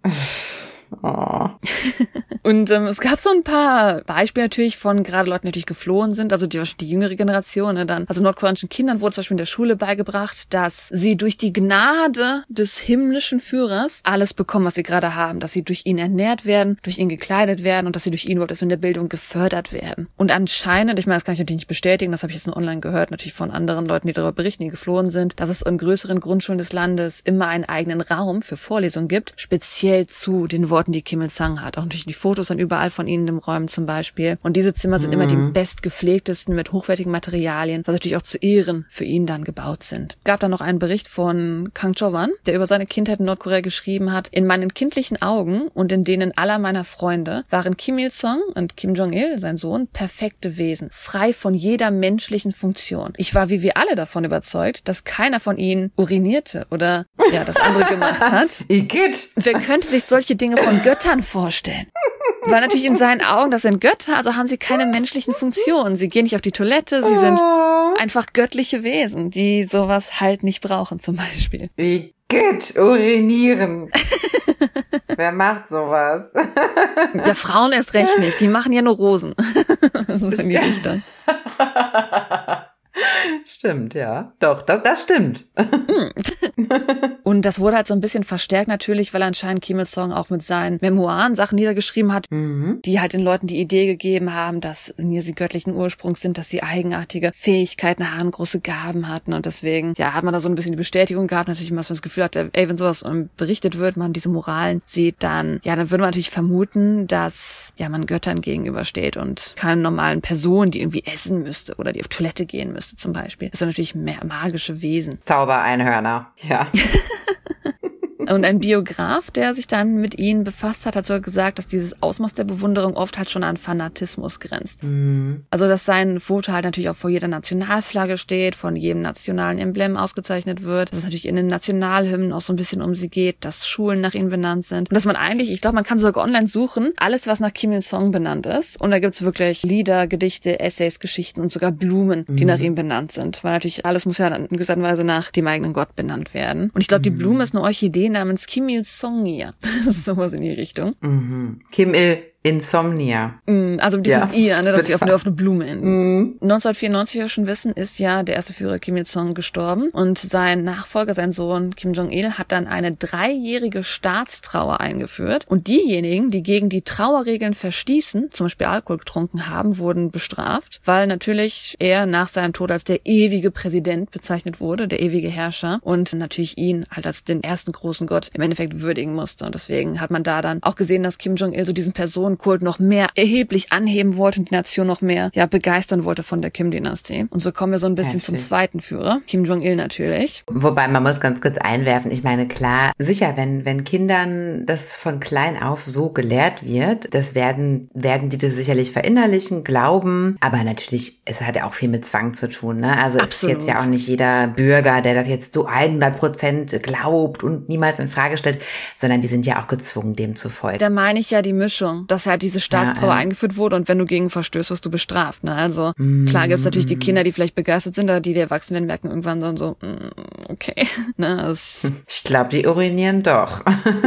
Oh. Und es gab so ein paar Beispiele natürlich von gerade Leuten, die natürlich geflohen sind, also die jüngere Generation, ne, dann, also nordkoreanischen Kindern wurde zum Beispiel in der Schule beigebracht, dass sie durch die Gnade des himmlischen Führers alles bekommen, was sie gerade haben, dass sie durch ihn ernährt werden, durch ihn gekleidet werden und dass sie durch ihn überhaupt in der Bildung gefördert werden. Und anscheinend, ich meine, das kann ich natürlich nicht bestätigen, das habe ich jetzt nur online gehört, natürlich von anderen Leuten, die darüber berichten, die geflohen sind, dass es in größeren Grundschulen des Landes immer einen eigenen Raum für Vorlesungen gibt, speziell zu den Worten, die Kim Il-sung hat. Auch natürlich die Fotos dann überall von ihnen in den Räumen zum Beispiel. Und diese Zimmer sind immer die bestgepflegtesten mit hochwertigen Materialien, was natürlich auch zu Ehren für ihn dann gebaut sind. Gab dann noch einen Bericht von Kang Cho-wan, der über seine Kindheit in Nordkorea geschrieben hat: In meinen kindlichen Augen und in denen aller meiner Freunde waren Kim Il-sung und Kim Jong-il, sein Sohn, perfekte Wesen, frei von jeder menschlichen Funktion. Ich war wie wir alle davon überzeugt, dass keiner von ihnen urinierte oder das andere gemacht hat. Igitt! Wer könnte sich solche Dinge von Göttern vorstellen? Weil natürlich in seinen Augen, das sind Götter, also haben sie keine menschlichen Funktionen. Sie gehen nicht auf die Toilette, sie sind einfach göttliche Wesen, die sowas halt nicht brauchen zum Beispiel. Igitt, urinieren. Wer macht sowas? Ja, Frauen erst recht nicht, die machen ja nur Rosen. So in die Richtung. Stimmt, ja. Doch, das stimmt. Und das wurde halt so ein bisschen verstärkt natürlich, weil anscheinend Kim Il-sung auch mit seinen Memoiren Sachen niedergeschrieben hat, die halt den Leuten die Idee gegeben haben, dass sie göttlichen Ursprungs sind, dass sie eigenartige Fähigkeiten haben, große Gaben hatten. Und deswegen, ja, hat man da so ein bisschen die Bestätigung gehabt, natürlich, was man das Gefühl hatte, ey, wenn sowas berichtet wird, man diese Moralen sieht, dann würde man natürlich vermuten, dass, man Göttern gegenübersteht und keine normalen Person, die irgendwie essen müsste oder die auf Toilette gehen müsste zum Beispiel. Das sind natürlich mehr magische Wesen. Zaubereinhörner, ja. Und ein Biograf, der sich dann mit ihnen befasst hat, hat sogar gesagt, dass dieses Ausmaß der Bewunderung oft halt schon an Fanatismus grenzt. Also, dass sein Foto halt natürlich auch vor jeder Nationalflagge steht, von jedem nationalen Emblem ausgezeichnet wird, dass es natürlich in den Nationalhymnen auch so ein bisschen um sie geht, dass Schulen nach ihnen benannt sind. Und dass man eigentlich, ich glaube, man kann sogar online suchen, alles, was nach Kim Il-sung benannt ist. Und da gibt's wirklich Lieder, Gedichte, Essays, Geschichten und sogar Blumen, die nach ihm benannt sind. Weil natürlich alles muss ja in gewisser Weise nach dem eigenen Gott benannt werden. Und ich glaube, die Blume ist eine Orchidee namens Kim Il-sung. Das ist sowas in die Richtung. Kim Insomnia. Also dieses I, dass sie auf eine Blume enden. 1994, wie wir schon wissen, ist ja der erste Führer Kim Il-sung gestorben und sein Nachfolger, sein Sohn Kim Jong-il, hat dann eine 3-jährige Staatstrauer eingeführt und diejenigen, die gegen die Trauerregeln verstießen, zum Beispiel Alkohol getrunken haben, wurden bestraft, weil natürlich er nach seinem Tod als der ewige Präsident bezeichnet wurde, der ewige Herrscher und natürlich ihn halt als den ersten großen Gott im Endeffekt würdigen musste und deswegen hat man da dann auch gesehen, dass Kim Jong-il so diesen Personenkult noch mehr erheblich anheben wollte und die Nation noch mehr begeistern wollte von der Kim-Dynastie. Und so kommen wir so ein bisschen zum zweiten Führer, Kim Jong-il natürlich. Wobei man muss ganz kurz einwerfen, ich meine, klar, sicher, wenn Kindern das von klein auf so gelehrt wird, werden die das sicherlich verinnerlichen, glauben, aber natürlich, es hat ja auch viel mit Zwang zu tun, ne? Also es ist jetzt ja auch nicht jeder Bürger, der das jetzt so 100% glaubt und niemals in Frage stellt, sondern die sind ja auch gezwungen, dem zu folgen. Da meine ich ja die Mischung, dass halt diese Staatstrauer eingeführt wurde und wenn du gegen verstößt, wirst du bestraft. Ne? Also klar gibt es natürlich die Kinder, die vielleicht begeistert sind, aber die erwachsen werden, merken irgendwann dann so, okay. Ne, ich glaube, die urinieren doch.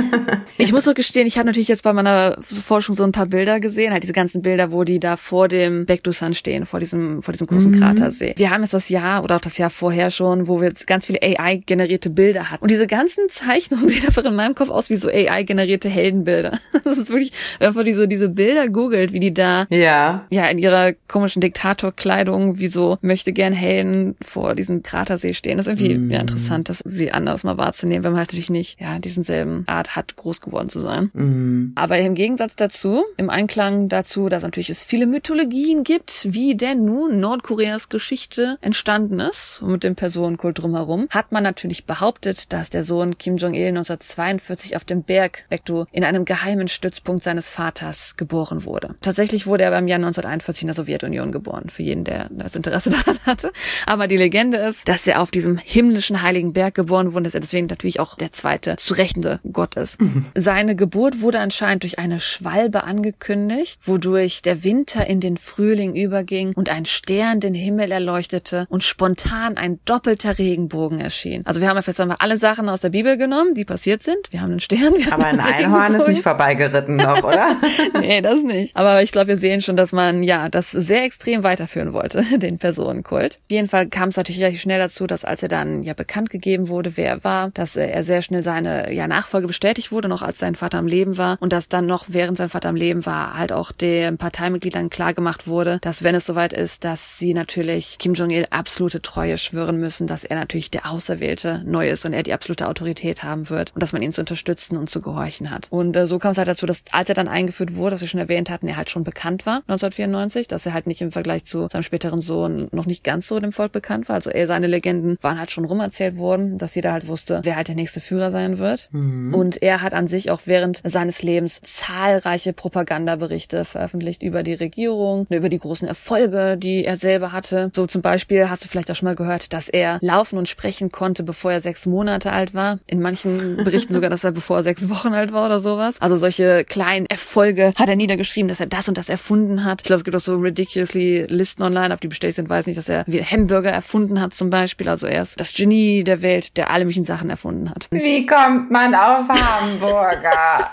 Ich muss doch gestehen, ich habe natürlich jetzt bei meiner Forschung so ein paar Bilder gesehen, halt diese ganzen Bilder, wo die da vor dem Baekdu-san stehen, vor diesem großen Kratersee. Wir haben jetzt das Jahr oder auch das Jahr vorher schon, wo wir jetzt ganz viele AI-generierte Bilder hatten. Und diese ganzen Zeichnungen sehen einfach in meinem Kopf aus wie so AI-generierte Heldenbilder. Das ist wirklich, einfach diese Bilder googelt, wie die da in ihrer komischen Diktatorkleidung wie so möchte gern Helden vor diesem Kratersee stehen. Das ist irgendwie interessant, das wie anders mal wahrzunehmen, wenn man halt natürlich nicht diesen selben Art hat, groß geworden zu sein. Aber im Gegensatz dazu, im Einklang dazu, dass natürlich es viele Mythologien gibt, wie denn nun Nordkoreas Geschichte entstanden ist und mit dem Personenkult drumherum, hat man natürlich behauptet, dass der Sohn Kim Jong-il 1942 auf dem Berg Baekdu in einem geheimen Stützpunkt seines Vaters geboren wurde. Tatsächlich wurde er beim Jahr 1941 in der Sowjetunion geboren, für jeden, der das Interesse daran hatte. Aber die Legende ist, dass er auf diesem himmlischen heiligen Berg geboren wurde, dass er deswegen natürlich auch der zweite zu rächende Gott ist. Seine Geburt wurde anscheinend durch eine Schwalbe angekündigt, wodurch der Winter in den Frühling überging und ein Stern den Himmel erleuchtete und spontan ein doppelter Regenbogen erschien. Also wir haben jetzt einmal alle Sachen aus der Bibel genommen, die passiert sind. Wir haben einen Stern, wir haben einen Regenbogen. Aber ein Einhorn ist nicht vorbeigeritten noch, oder? Nee, das nicht. Aber ich glaube, wir sehen schon, dass man das sehr extrem weiterführen wollte, den Personenkult. Auf jeden Fall kam es natürlich relativ schnell dazu, dass als er dann bekannt gegeben wurde, wer er war, dass er sehr schnell seine Nachfolge bestätigt wurde, noch als sein Vater am Leben war und dass dann noch während sein Vater am Leben war, halt auch den Parteimitgliedern klar gemacht wurde, dass wenn es soweit ist, dass sie natürlich Kim Jong-il absolute Treue schwören müssen, dass er natürlich der Auserwählte neu ist und er die absolute Autorität haben wird und dass man ihn zu unterstützen und zu gehorchen hat. Und so kam es halt dazu, dass als er dann eingeführt wurde, was wir schon erwähnt hatten, er halt schon bekannt war, 1994, dass er halt nicht im Vergleich zu seinem späteren Sohn noch nicht ganz so dem Volk bekannt war. Also seine Legenden waren halt schon rumerzählt worden, dass jeder halt wusste, wer halt der nächste Führer sein wird. Und er hat an sich auch während seines Lebens zahlreiche Propagandaberichte veröffentlicht über die Regierung, über die großen Erfolge, die er selber hatte. So zum Beispiel hast du vielleicht auch schon mal gehört, dass er laufen und sprechen konnte, bevor er 6 Monate alt war. In manchen Berichten sogar, dass er bevor er 6 Wochen alt war oder sowas. Also solche kleinen Erfolge hat er niedergeschrieben, dass er das und das erfunden hat. Ich glaube, es gibt auch so ridiculously Listen online, auf die bestätigt sind, weiß nicht, dass er wie Hamburger erfunden hat zum Beispiel. Also er ist das Genie der Welt, der alle möglichen Sachen erfunden hat. Wie kommt man auf Hamburger?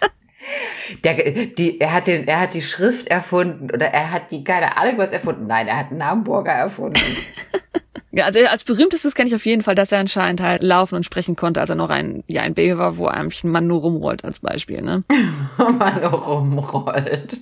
Er hat die Schrift erfunden oder er hat keine Ahnung was erfunden. Nein, er hat einen Hamburger erfunden. Ja, also als berühmtestes kenne ich auf jeden Fall, dass er anscheinend halt laufen und sprechen konnte, als er noch ein Baby war, wo eigentlich ein Mann nur rumrollt als Beispiel, ne? Man nur rumrollt.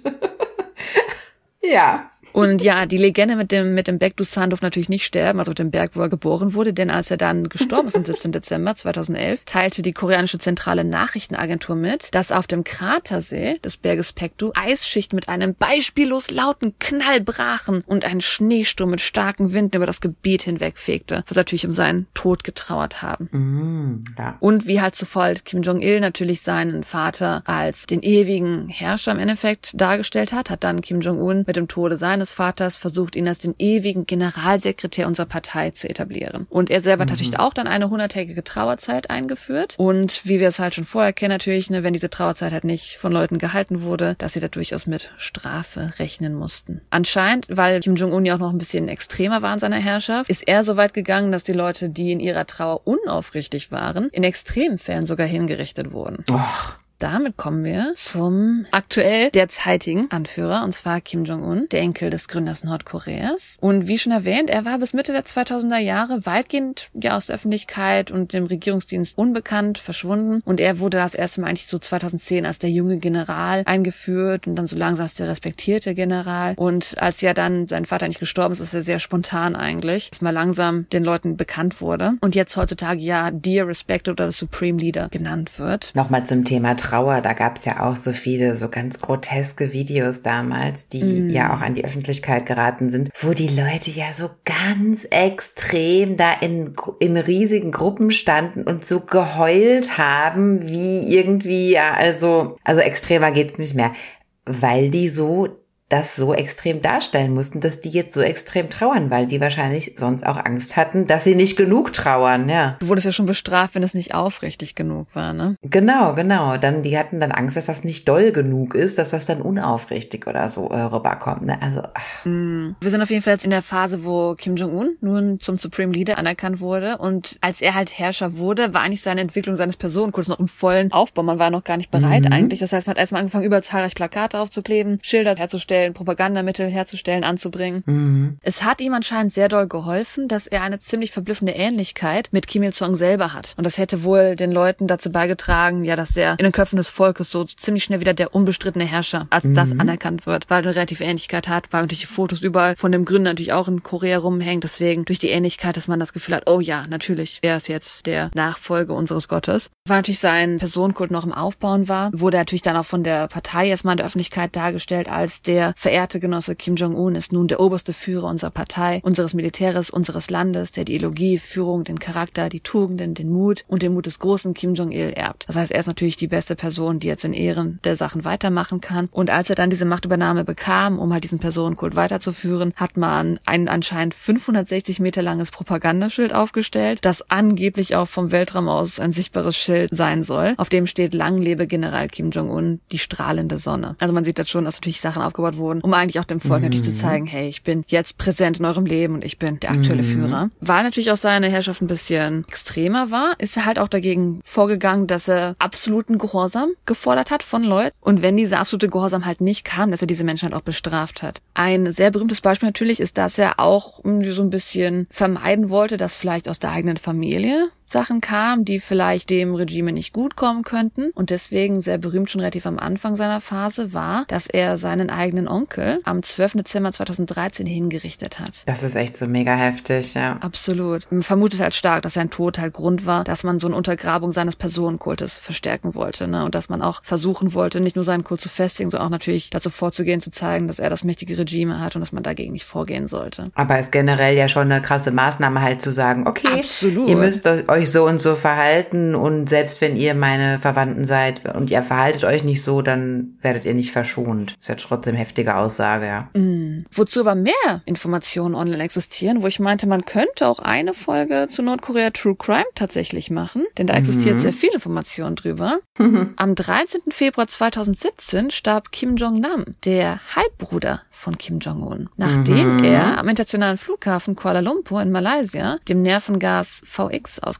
Ja. Und ja, die Legende mit dem Baekdu-san durfte natürlich nicht sterben, also mit dem Berg, wo er geboren wurde, denn als er dann gestorben ist am 17. Dezember 2011, teilte die koreanische zentrale Nachrichtenagentur mit, dass auf dem Kratersee des Berges Baekdu Eisschichten mit einem beispiellos lauten Knall brachen und ein Schneesturm mit starken Winden über das Gebiet hinwegfegte, was natürlich um seinen Tod getrauert haben. Ja. Und wie halt zuvor Kim Jong-il natürlich seinen Vater als den ewigen Herrscher im Endeffekt dargestellt hat dann Kim Jong-un mit dem Tode seines Vaters versucht, ihn als den ewigen Generalsekretär unserer Partei zu etablieren. Und er selber hat natürlich auch dann eine 100-tägige Trauerzeit eingeführt. Und wie wir es halt schon vorher kennen natürlich, ne, wenn diese Trauerzeit halt nicht von Leuten gehalten wurde, dass sie da durchaus mit Strafe rechnen mussten. Anscheinend, weil Kim Jong-un ja auch noch ein bisschen extremer war in seiner Herrschaft, ist er so weit gegangen, dass die Leute, die in ihrer Trauer unaufrichtig waren, in extremen Fällen sogar hingerichtet wurden. Och. Damit kommen wir zum aktuell derzeitigen Anführer, und zwar Kim Jong-un, der Enkel des Gründers Nordkoreas. Und wie schon erwähnt, er war bis Mitte der 2000er Jahre weitgehend aus der Öffentlichkeit und dem Regierungsdienst unbekannt, verschwunden. Und er wurde das erste Mal eigentlich so 2010 als der junge General eingeführt und dann so langsam als der respektierte General. Und als ja dann sein Vater nicht gestorben ist, ist er sehr spontan eigentlich, dass mal langsam den Leuten bekannt wurde. Und jetzt heutzutage ja Dear Respected oder das Supreme Leader genannt wird. Nochmal zum Thema Trauer, da gab es ja auch so viele so ganz groteske Videos damals, die ja auch an die Öffentlichkeit geraten sind, wo die Leute ja so ganz extrem da in riesigen Gruppen standen und so geheult haben, wie irgendwie, ja, also extremer geht's nicht mehr, weil die das so extrem darstellen mussten, dass die jetzt so extrem trauern, weil die wahrscheinlich sonst auch Angst hatten, dass sie nicht genug trauern, ja. Du wurdest ja schon bestraft, wenn es nicht aufrichtig genug war, ne? Genau. Die hatten dann Angst, dass das nicht doll genug ist, dass das dann unaufrichtig oder so rüberkommt, ne? Also, Wir sind auf jeden Fall jetzt in der Phase, wo Kim Jong-un nun zum Supreme Leader anerkannt wurde, und als er halt Herrscher wurde, war eigentlich seine Entwicklung seines Personenkults noch im vollen Aufbau. Man war noch gar nicht bereit eigentlich. Das heißt, man hat erstmal angefangen, überall zahlreich Plakate aufzukleben, Schilder herzustellen, Propagandamittel herzustellen, anzubringen. Es hat ihm anscheinend sehr doll geholfen, dass er eine ziemlich verblüffende Ähnlichkeit mit Kim Il-sung selber hat. Und das hätte wohl den Leuten dazu beigetragen, ja, dass er in den Köpfen des Volkes so ziemlich schnell wieder der unbestrittene Herrscher als das anerkannt wird, weil er eine relative Ähnlichkeit hat, weil natürlich die Fotos überall von dem Gründer natürlich auch in Korea rumhängt. Deswegen durch die Ähnlichkeit, dass man das Gefühl hat, oh ja, natürlich, er ist jetzt der Nachfolger unseres Gottes. Weil natürlich sein Personenkult noch im Aufbauen war, wurde er natürlich dann auch von der Partei erstmal in der Öffentlichkeit dargestellt als der verehrte Genosse Kim Jong-un ist nun der oberste Führer unserer Partei, unseres Militärs, unseres Landes, der die Ideologie, Führung, den Charakter, die Tugenden, den Mut und den Mut des großen Kim Jong-il erbt. Das heißt, er ist natürlich die beste Person, die jetzt in Ehren der Sachen weitermachen kann. Und als er dann diese Machtübernahme bekam, um halt diesen Personenkult weiterzuführen, hat man ein anscheinend 560 Meter langes Propagandaschild aufgestellt, das angeblich auch vom Weltraum aus ein sichtbares Schild sein soll. Auf dem steht: Lang lebe General Kim Jong-un, die strahlende Sonne. Also man sieht das schon, dass natürlich Sachen aufgebaut wurden, um eigentlich auch dem Volk natürlich zu zeigen, hey, ich bin jetzt präsent in eurem Leben und ich bin der aktuelle Führer. Weil natürlich auch seine Herrschaft ein bisschen extremer war, ist er halt auch dagegen vorgegangen, dass er absoluten Gehorsam gefordert hat von Leuten. Und wenn dieser absolute Gehorsam halt nicht kam, dass er diese Menschen halt auch bestraft hat. Ein sehr berühmtes Beispiel natürlich ist, dass er auch so ein bisschen vermeiden wollte, dass vielleicht aus der eigenen Familie Sachen kamen, die vielleicht dem Regime nicht gut kommen könnten. Und deswegen sehr berühmt schon relativ am Anfang seiner Phase war, dass er seinen eigenen Onkel am 12. Dezember 2013 hingerichtet hat. Das ist echt so mega heftig, ja. Absolut. Man vermutet halt stark, dass sein Tod halt Grund war, dass man so eine Untergrabung seines Personenkultes verstärken wollte, ne? Und dass man auch versuchen wollte, nicht nur seinen Kult zu festigen, sondern auch natürlich dazu vorzugehen, zu zeigen, dass er das mächtige Regime hat und dass man dagegen nicht vorgehen sollte. Aber es ist generell ja schon eine krasse Maßnahme halt zu sagen, okay, absolut, ihr müsst euch so und so verhalten und selbst wenn ihr meine Verwandten seid und ihr verhaltet euch nicht so, dann werdet ihr nicht verschont. Ist ja trotzdem heftige Aussage, ja. Wozu aber mehr Informationen online existieren, wo ich meinte, man könnte auch eine Folge zu Nordkorea True Crime tatsächlich machen, denn da existiert sehr viel Information drüber. Am 13. Februar 2017 starb Kim Jong-nam, der Halbbruder von Kim Jong-un, nachdem er am internationalen Flughafen Kuala Lumpur in Malaysia dem Nervengas VX ausgesetzt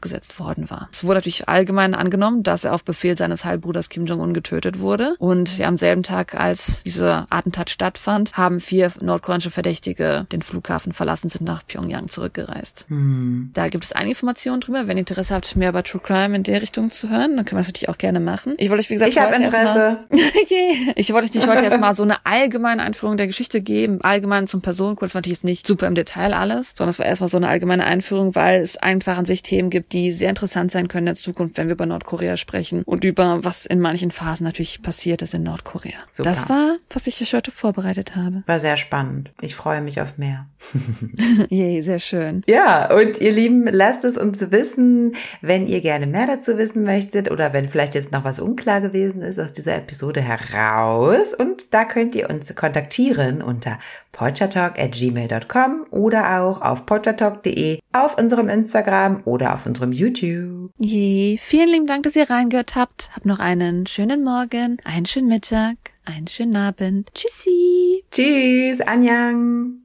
ausgesetzt worden war. Es wurde natürlich allgemein angenommen, dass er auf Befehl seines Halbbruders Kim Jong-un getötet wurde. Und am selben Tag, als dieser Attentat stattfand, haben 4 nordkoreanische Verdächtige den Flughafen verlassen, sind nach Pyongyang zurückgereist. Da gibt es einige Informationen drüber. Wenn ihr Interesse habt, mehr über True Crime in der Richtung zu hören, dann können wir das natürlich auch gerne machen. Ich wollte euch, wie gesagt, ich habe Interesse. Ich wollte euch nicht heute erstmal so eine allgemeine Einführung der Geschichte geben, allgemein zum Personenkult. Das war natürlich jetzt nicht super im Detail alles, sondern es war erstmal so eine allgemeine Einführung, weil es einfach an sich Themen gibt, die sehr interessant sein können in der Zukunft, wenn wir über Nordkorea sprechen und über was in manchen Phasen natürlich passiert ist in Nordkorea. Super. Das war, was ich euch heute vorbereitet habe. War sehr spannend. Ich freue mich auf mehr. Yay, sehr schön. Ja, und ihr Lieben, lasst es uns wissen, wenn ihr gerne mehr dazu wissen möchtet oder wenn vielleicht jetzt noch was unklar gewesen ist aus dieser Episode heraus. Und da könnt ihr uns kontaktieren unter pochatalk@gmail.com oder auch auf pochatalk.de, auf unserem Instagram oder auf unserem YouTube. Yay, vielen lieben Dank, dass ihr reingehört habt. Habt noch einen schönen Morgen, einen schönen Mittag, einen schönen Abend. Tschüssi. Tschüss, Annyeong.